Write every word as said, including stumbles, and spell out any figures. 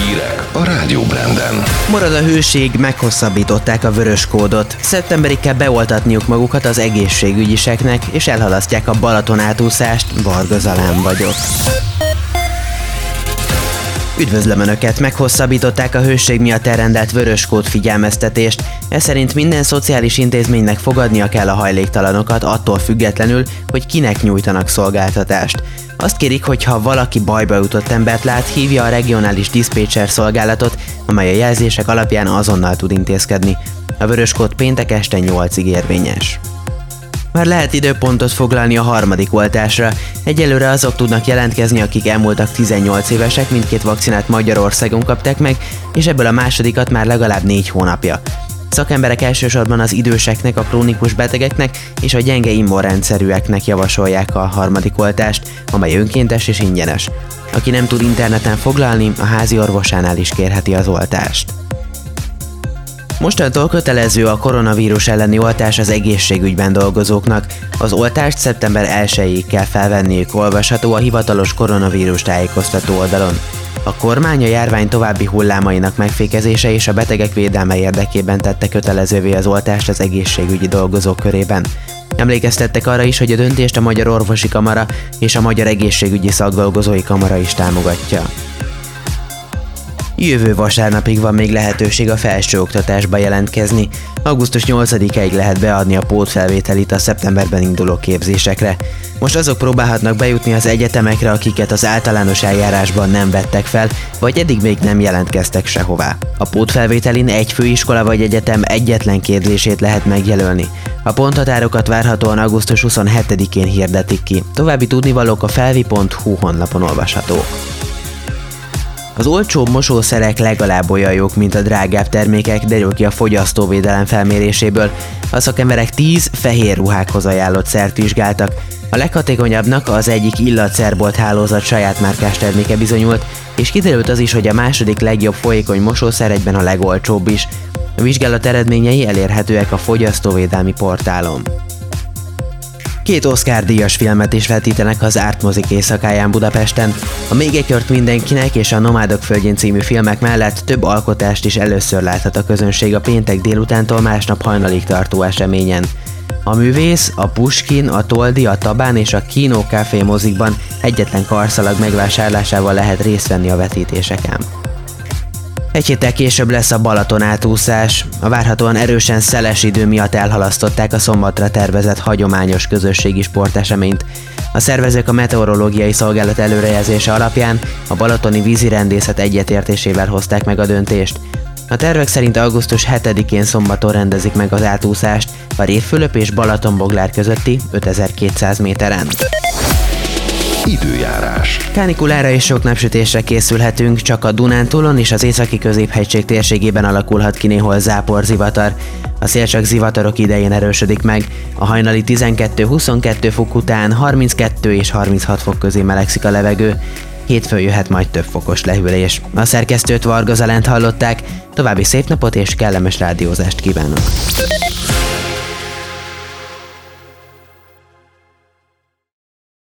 Hírek a Rádió Branden. Marad a hőség, meghosszabbították a vörös kódot. Szeptemberig kell beoltatniuk magukat az egészségügyiseknek, és elhalasztják a Balaton átúszást. Varga Zalán vagyok. Üdvözlöm Önöket! Meghosszabbították a hőség miatt elrendelt vöröskód figyelmeztetést. Ez szerint minden szociális intézménynek fogadnia kell a hajléktalanokat attól függetlenül, hogy kinek nyújtanak szolgáltatást. Azt kérik, hogy ha valaki bajba jutott embert lát, hívja a regionális diszpécser szolgálatot, amely a jelzések alapján azonnal tud intézkedni. A vöröskód péntek este nyolcig érvényes. Már lehet időpontot foglalni a harmadik oltásra. Egyelőre azok tudnak jelentkezni, akik elmúltak tizennyolc évesek, mindkét vakcinát Magyarországon kapták meg, és ebből a másodikat már legalább négy hónapja. Szakemberek elsősorban az időseknek, a krónikus betegeknek és a gyenge immunrendszerűeknek javasolják a harmadik oltást, amely önkéntes és ingyenes. Aki nem tud interneten foglalni, a házi orvosánál is kérheti az oltást. Mostantól kötelező a koronavírus elleni oltás az egészségügyben dolgozóknak. Az oltást szeptember elsejéig kell felvenniük, olvasható a hivatalos koronavírus tájékoztató oldalon. A kormány a járvány további hullámainak megfékezése és a betegek védelme érdekében tette kötelezővé az oltást az egészségügyi dolgozók körében. Emlékeztettek arra is, hogy a döntést a Magyar Orvosi Kamara és a Magyar Egészségügyi Szakdolgozói Kamara is támogatja. Jövő vasárnapig van még lehetőség a felsőoktatásba jelentkezni. augusztus nyolcadikáig lehet beadni a pótfelvételit a szeptemberben induló képzésekre. Most azok próbálhatnak bejutni az egyetemekre, akiket az általános eljárásban nem vettek fel, vagy eddig még nem jelentkeztek sehová. A pótfelvételin egy főiskola vagy egyetem egyetlen képzését lehet megjelölni. A ponthatárokat várhatóan augusztus huszonhetedikén hirdetik ki. További tudnivalók a felvi pont hu honlapon olvashatók. Az olcsóbb mosószerek legalább olyan jók, mint a drágább termékek, derül ki a fogyasztóvédelem felméréséből. A szakemberek tíz fehér ruhákhoz ajánlott szert vizsgáltak. A leghatékonyabbnak az egyik illatszerbolt hálózat saját márkás terméke bizonyult, és kiderült az is, hogy a második legjobb folyékony mosószer egyben a legolcsóbb is. A vizsgálat eredményei elérhetőek a fogyasztóvédelmi portálon. Két Oscar-díjas filmet is vetítenek az Árt Mozik éjszakáján Budapesten. A Még egy kört mindenkinek és a Nomádok földjén című filmek mellett több alkotást is először láthat a közönség a péntek délutántól másnap hajnalig tartó eseményen. A Művész, a Puskin, a Toldi, a Tabán és a Kino Café mozikban egyetlen karszalag megvásárlásával lehet részt venni a vetítéseken. Egy héttel később lesz a Balaton átúszás. A várhatóan erősen szeles idő miatt elhalasztották a szombatra tervezett hagyományos közösségi sporteseményt. A szervezők a meteorológiai szolgálat előrejelzése alapján a balatoni vízirendészet egyetértésével hozták meg a döntést. A tervek szerint augusztus hetedikén szombaton rendezik meg az átúszást a Révfülöp és Balatonboglár közötti ötezer-kétszáz méteren. Időjárás. Kánikulára és sok napsütésre készülhetünk, csak a Dunántúlon és az északi középhegység térségében alakulhat ki néhol záporzivatar. A szél csak zivatarok idején erősödik meg, a hajnali tizenkettő-huszonkettő fok után harminckettő és harminchat fok közé melegszik a levegő. Hétfőn jöhet majd több fokos lehűlés. A szerkesztőt Varga Zalánt hallották, további szép napot és kellemes rádiózást kívánok!